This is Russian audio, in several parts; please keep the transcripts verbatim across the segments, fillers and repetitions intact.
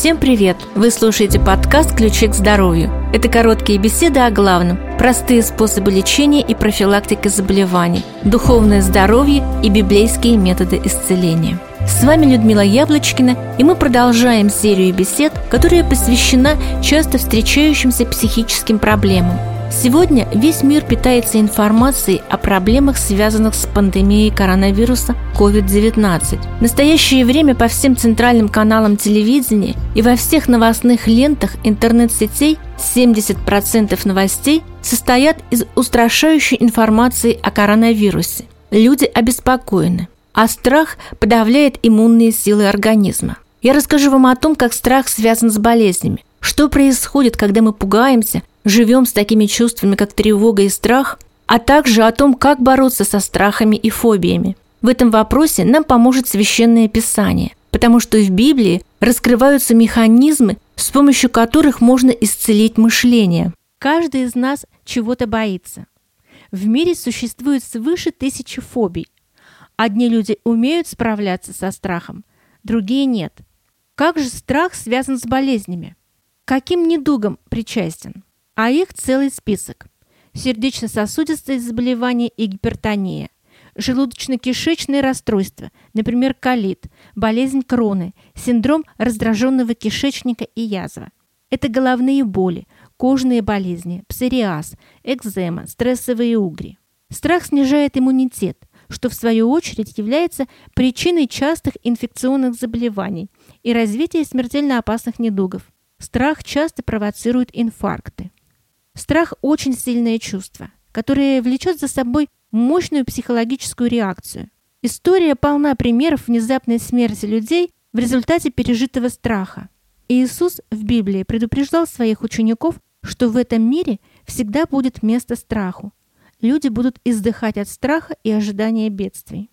Всем привет! Вы слушаете подкаст «Ключи к здоровью». Это короткие беседы о главном, простые способы лечения и профилактики заболеваний, духовное здоровье и библейские методы исцеления. С вами Людмила Яблочкина, и мы продолжаем серию бесед, которая посвящена часто встречающимся психическим проблемам. Сегодня весь мир питается информацией о проблемах, связанных с пандемией коронавируса ковид девятнадцать. В настоящее время по всем центральным каналам телевидения и во всех новостных лентах интернет-сетей семьдесят процентов новостей состоят из устрашающей информации о коронавирусе. Люди обеспокоены, а страх подавляет иммунные силы организма. Я расскажу вам о том, как страх связан с болезнями, что происходит, когда мы пугаемся, живем с такими чувствами, как тревога и страх, а также о том, как бороться со страхами и фобиями. В этом вопросе нам поможет Священное Писание, потому что в Библии раскрываются механизмы, с помощью которых можно исцелить мышление. Каждый из нас чего-то боится. В мире существует свыше тысячи фобий. Одни люди умеют справляться со страхом, другие нет. Как же страх связан с болезнями? Каким недугам причастен? А их целый список. Сердечно-сосудистые заболевания и гипертония, желудочно-кишечные расстройства, например, колит, болезнь Кроны, синдром раздраженного кишечника и язва. Это головные боли, кожные болезни, псориаз, экзема, стрессовые угри. Страх снижает иммунитет, что в свою очередь является причиной частых инфекционных заболеваний и развития смертельно опасных недугов. Страх часто провоцирует инфаркты. Страх – очень сильное чувство, которое влечет за собой мощную психологическую реакцию. История полна примеров внезапной смерти людей в результате пережитого страха. Иисус в Библии предупреждал своих учеников, что в этом мире всегда будет место страху. Люди будут издыхать от страха и ожидания бедствий.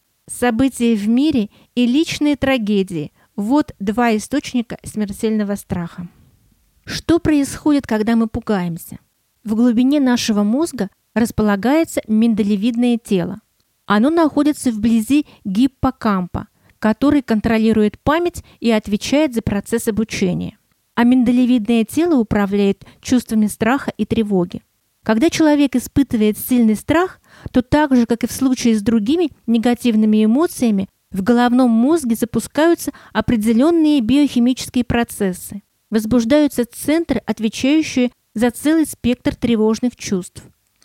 События в мире и личные трагедии – вот два источника смертельного страха. Что происходит, когда мы пугаемся? В глубине нашего мозга располагается миндалевидное тело. Оно находится вблизи гиппокампа, который контролирует память и отвечает за процесс обучения. А миндалевидное тело управляет чувствами страха и тревоги. Когда человек испытывает сильный страх, то так же, как и в случае с другими негативными эмоциями, в головном мозге запускаются определенные биохимические процессы. Возбуждаются центры, отвечающие за целый спектр тревожных чувств.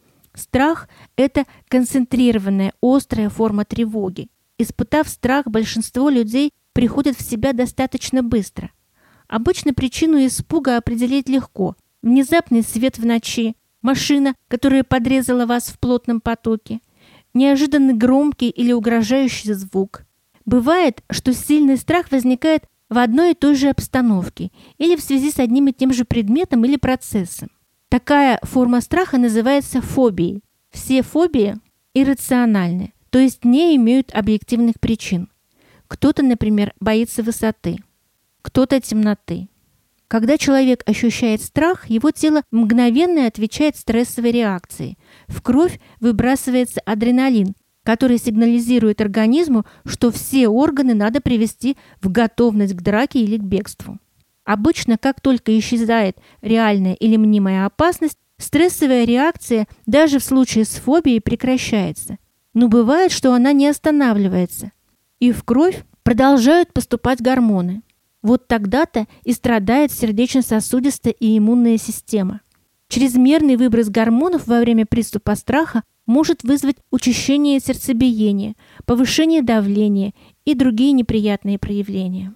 Страх – это концентрированная, острая форма тревоги. Испытав страх, большинство людей приходят в себя достаточно быстро. Обычно причину испуга определить легко. Внезапный свет в ночи, машина, которая подрезала вас в плотном потоке, неожиданно громкий или угрожающий звук. Бывает, что сильный страх возникает в одной и той же обстановке или в связи с одним и тем же предметом или процессом. Такая форма страха называется фобией. Все фобии иррациональны, то есть не имеют объективных причин. Кто-то, например, боится высоты, кто-то темноты. Когда человек ощущает страх, его тело мгновенно отвечает стрессовой реакцией. В кровь выбрасывается адреналин, который сигнализирует организму, что все органы надо привести в готовность к драке или к бегству. Обычно, как только исчезает реальная или мнимая опасность, стрессовая реакция даже в случае с фобией прекращается. Но бывает, что она не останавливается, и в кровь продолжают поступать гормоны. Вот тогда-то и страдает сердечно-сосудистая и иммунная система. Чрезмерный выброс гормонов во время приступа страха может вызвать учащение сердцебиения, повышение давления и другие неприятные проявления.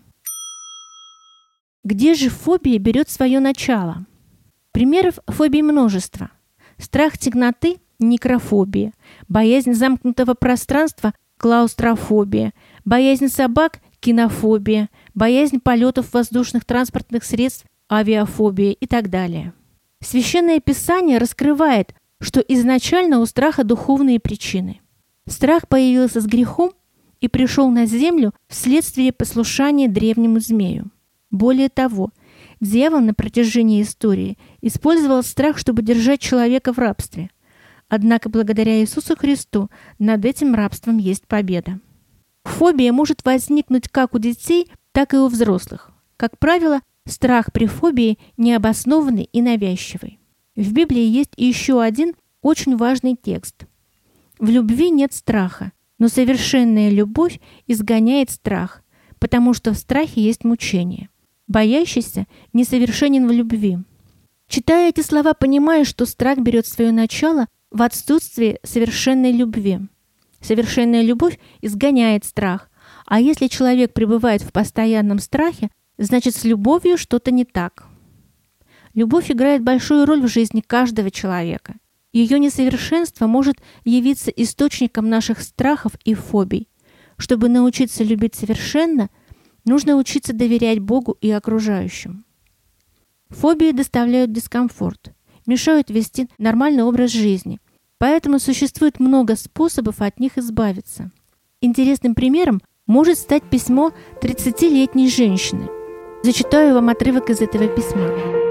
Где же фобия берет свое начало? Примеров фобий множество. Страх темноты – некрофобия, боязнь замкнутого пространства – клаустрофобия, боязнь собак – кинофобия, боязнь полетов воздушных транспортных средств – авиафобия и так далее. Священное Писание раскрывает, что изначально у страха духовные причины. Страх появился с грехом и пришел на землю вследствие послушания древнему змею. Более того, дьявол на протяжении истории использовал страх, чтобы держать человека в рабстве. Однако благодаря Иисусу Христу над этим рабством есть победа. Фобия может возникнуть как у детей, так и у взрослых. Как правило, страх при фобии необоснованный и навязчивый. В Библии есть еще один очень важный текст. В любви нет страха, но совершенная любовь изгоняет страх, потому что в страхе есть мучение. Боящийся несовершенен в любви. Читая эти слова, понимаешь, что страх берет свое начало в отсутствии совершенной любви. Совершенная любовь изгоняет страх, а если человек пребывает в постоянном страхе, значит, с любовью что-то не так. Любовь играет большую роль в жизни каждого человека. Ее несовершенство может явиться источником наших страхов и фобий. Чтобы научиться любить совершенно, нужно учиться доверять Богу и окружающим. Фобии доставляют дискомфорт, мешают вести нормальный образ жизни, поэтому существует много способов от них избавиться. Интересным примером может стать письмо тридцатилетней женщины. Зачитаю вам отрывок из этого письма.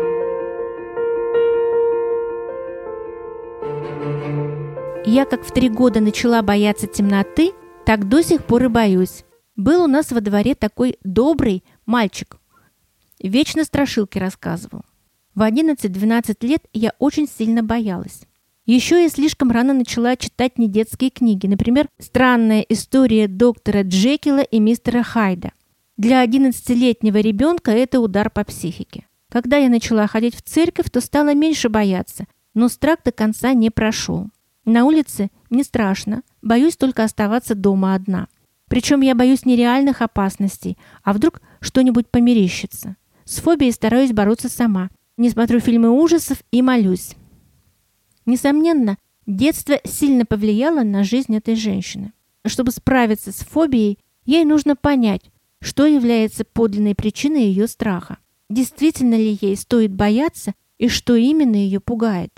«Я как в три года начала бояться темноты, так до сих пор и боюсь. Был у нас во дворе такой добрый мальчик. Вечно страшилки рассказывал. В одиннадцать-двенадцать лет я очень сильно боялась. Еще я слишком рано начала читать недетские книги, например, «Странная история доктора Джекила и мистера Хайда». Для одиннадцатилетнего ребенка это удар по психике. Когда я начала ходить в церковь, то стала меньше бояться, но страх до конца не прошел. На улице не страшно, боюсь только оставаться дома одна. Причем я боюсь не реальных опасностей, а вдруг что-нибудь померещится. С фобией стараюсь бороться сама. Не смотрю фильмы ужасов и молюсь». Несомненно, детство сильно повлияло на жизнь этой женщины. Чтобы справиться с фобией, ей нужно понять, что является подлинной причиной ее страха. Действительно ли ей стоит бояться и что именно ее пугает.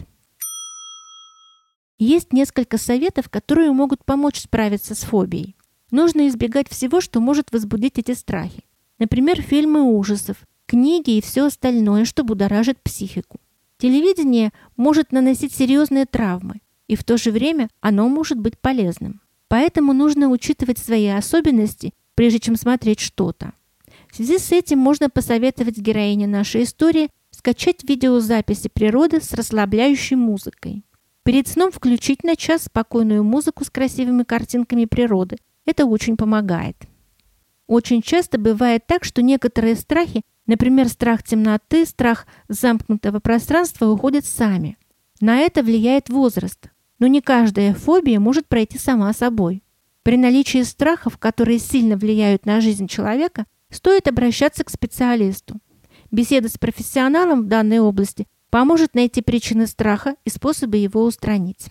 Есть несколько советов, которые могут помочь справиться с фобией. Нужно избегать всего, что может возбудить эти страхи. Например, фильмы ужасов, книги и все остальное, что будоражит психику. Телевидение может наносить серьезные травмы, и в то же время оно может быть полезным. Поэтому нужно учитывать свои особенности, прежде чем смотреть что-то. В связи с этим можно посоветовать героине нашей истории скачать видеозаписи природы с расслабляющей музыкой. Перед сном включить на час спокойную музыку с красивыми картинками природы. Это очень помогает. Очень часто бывает так, что некоторые страхи, например, страх темноты, страх замкнутого пространства, уходят сами. На это влияет возраст. Но не каждая фобия может пройти сама собой. При наличии страхов, которые сильно влияют на жизнь человека, стоит обращаться к специалисту. Беседа с профессионалом в данной области поможет найти причины страха и способы его устранить.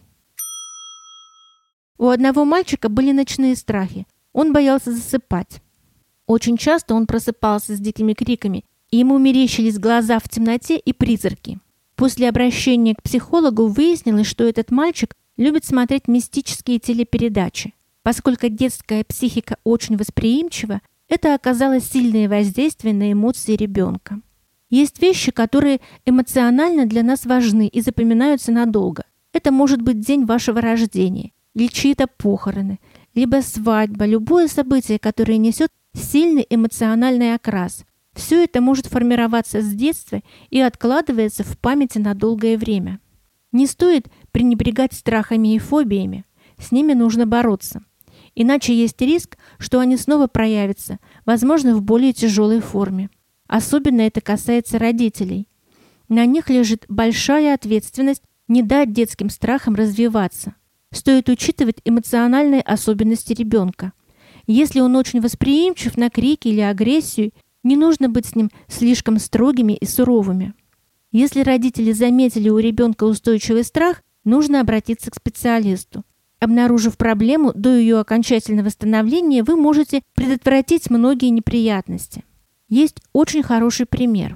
У одного мальчика были ночные страхи. Он боялся засыпать. Очень часто он просыпался с дикими криками, и ему мерещились глаза в темноте и призраки. После обращения к психологу выяснилось, что этот мальчик любит смотреть мистические телепередачи. Поскольку детская психика очень восприимчива, это оказало сильное воздействие на эмоции ребенка. Есть вещи, которые эмоционально для нас важны и запоминаются надолго. Это может быть день вашего рождения, или чьи-то похороны, либо свадьба, любое событие, которое несет сильный эмоциональный окрас. Все это может формироваться с детства и откладывается в памяти на долгое время. Не стоит пренебрегать страхами и фобиями. С ними нужно бороться. Иначе есть риск, что они снова проявятся, возможно, в более тяжелой форме. Особенно это касается родителей. На них лежит большая ответственность не дать детским страхам развиваться. Стоит учитывать эмоциональные особенности ребенка. Если он очень восприимчив на крики или агрессию, не нужно быть с ним слишком строгими и суровыми. Если родители заметили у ребенка устойчивый страх, нужно обратиться к специалисту. Обнаружив проблему до ее окончательного восстановления, вы можете предотвратить многие неприятности. Есть очень хороший пример.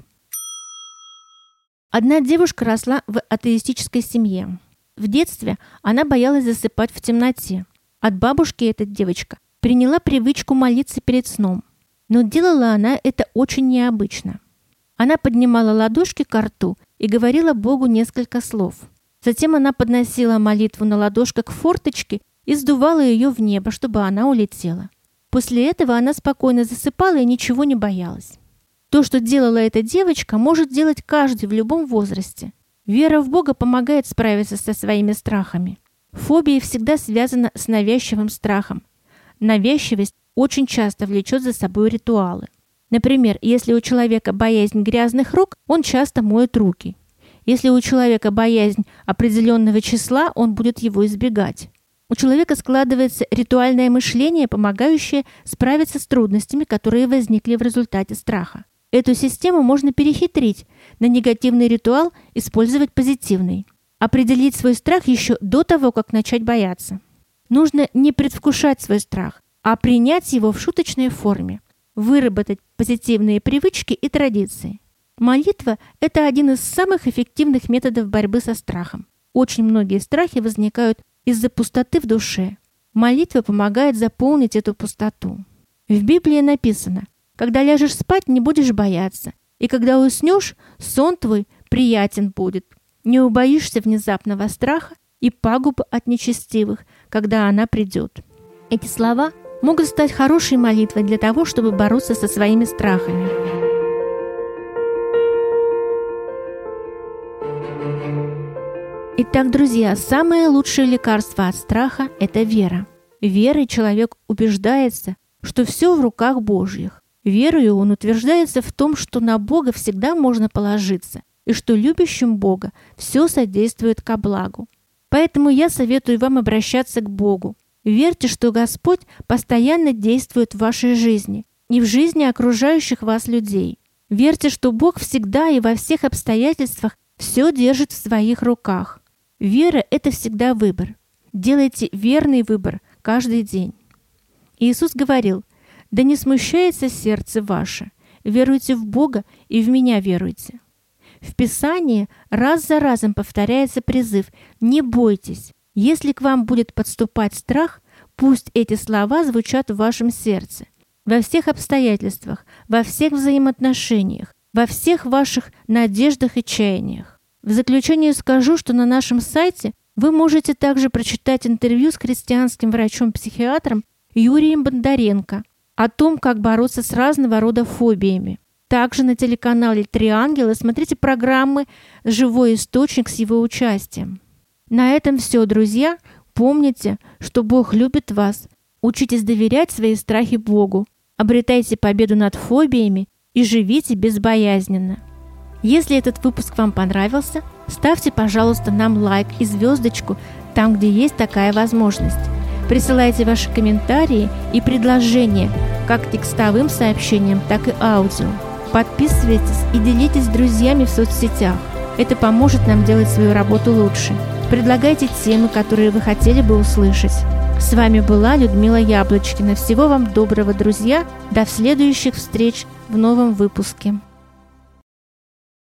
Одна девушка росла в атеистической семье. В детстве она боялась засыпать в темноте. От бабушки эта девочка приняла привычку молиться перед сном. Но делала она это очень необычно. Она поднимала ладошки ко рту и говорила Богу несколько слов. Затем она подносила молитву на ладошках к форточке и сдувала ее в небо, чтобы она улетела. После этого она спокойно засыпала и ничего не боялась. То, что делала эта девочка, может делать каждый в любом возрасте. Вера в Бога помогает справиться со своими страхами. Фобия всегда связана с навязчивым страхом. Навязчивость очень часто влечет за собой ритуалы. Например, если у человека боязнь грязных рук, он часто моет руки. Если у человека боязнь определенного числа, он будет его избегать. У человека складывается ритуальное мышление, помогающее справиться с трудностями, которые возникли в результате страха. Эту систему можно перехитрить, на негативный ритуал использовать позитивный. Определить свой страх еще до того, как начать бояться. Нужно не предвкушать свой страх, а принять его в шуточной форме. Выработать позитивные привычки и традиции. Молитва – это один из самых эффективных методов борьбы со страхом. Очень многие страхи возникают из-за пустоты в душе. Молитва помогает заполнить эту пустоту. В Библии написано: «Когда ляжешь спать, не будешь бояться, и когда уснешь, сон твой приятен будет. Не убоишься внезапного страха и пагубы от нечестивых, когда она придет». Эти слова могут стать хорошей молитвой для того, чтобы бороться со своими страхами. Итак, друзья, самое лучшее лекарство от страха – это вера. Верой человек убеждается, что все в руках Божьих. Верою он утверждается в том, что на Бога всегда можно положиться, и что любящим Бога все содействует ко благу. Поэтому я советую вам обращаться к Богу. Верьте, что Господь постоянно действует в вашей жизни и в жизни окружающих вас людей. Верьте, что Бог всегда и во всех обстоятельствах все держит в своих руках. Вера – это всегда выбор. Делайте верный выбор каждый день. Иисус говорил: «Да не смущается сердце ваше, веруйте в Бога и в Меня веруйте». В Писании раз за разом повторяется призыв: «Не бойтесь». Если к вам будет подступать страх, пусть эти слова звучат в вашем сердце. Во всех обстоятельствах, во всех взаимоотношениях, во всех ваших надеждах и чаяниях. В заключение скажу, что на нашем сайте вы можете также прочитать интервью с христианским врачом-психиатром Юрием Бондаренко о том, как бороться с разного рода фобиями. Также на телеканале «Три ангела» смотрите программы «Живой источник» с его участием. На этом все, друзья. Помните, что Бог любит вас. Учитесь доверять свои страхи Богу. Обретайте победу над фобиями и живите безбоязненно. Если этот выпуск вам понравился, ставьте, пожалуйста, нам лайк и звездочку там, где есть такая возможность. Присылайте ваши комментарии и предложения как текстовым сообщением, так и аудио. Подписывайтесь и делитесь с друзьями в соцсетях. Это поможет нам делать свою работу лучше. Предлагайте темы, которые вы хотели бы услышать. С вами была Людмила Яблочкина. Всего вам доброго, друзья. До следующих встреч в новом выпуске.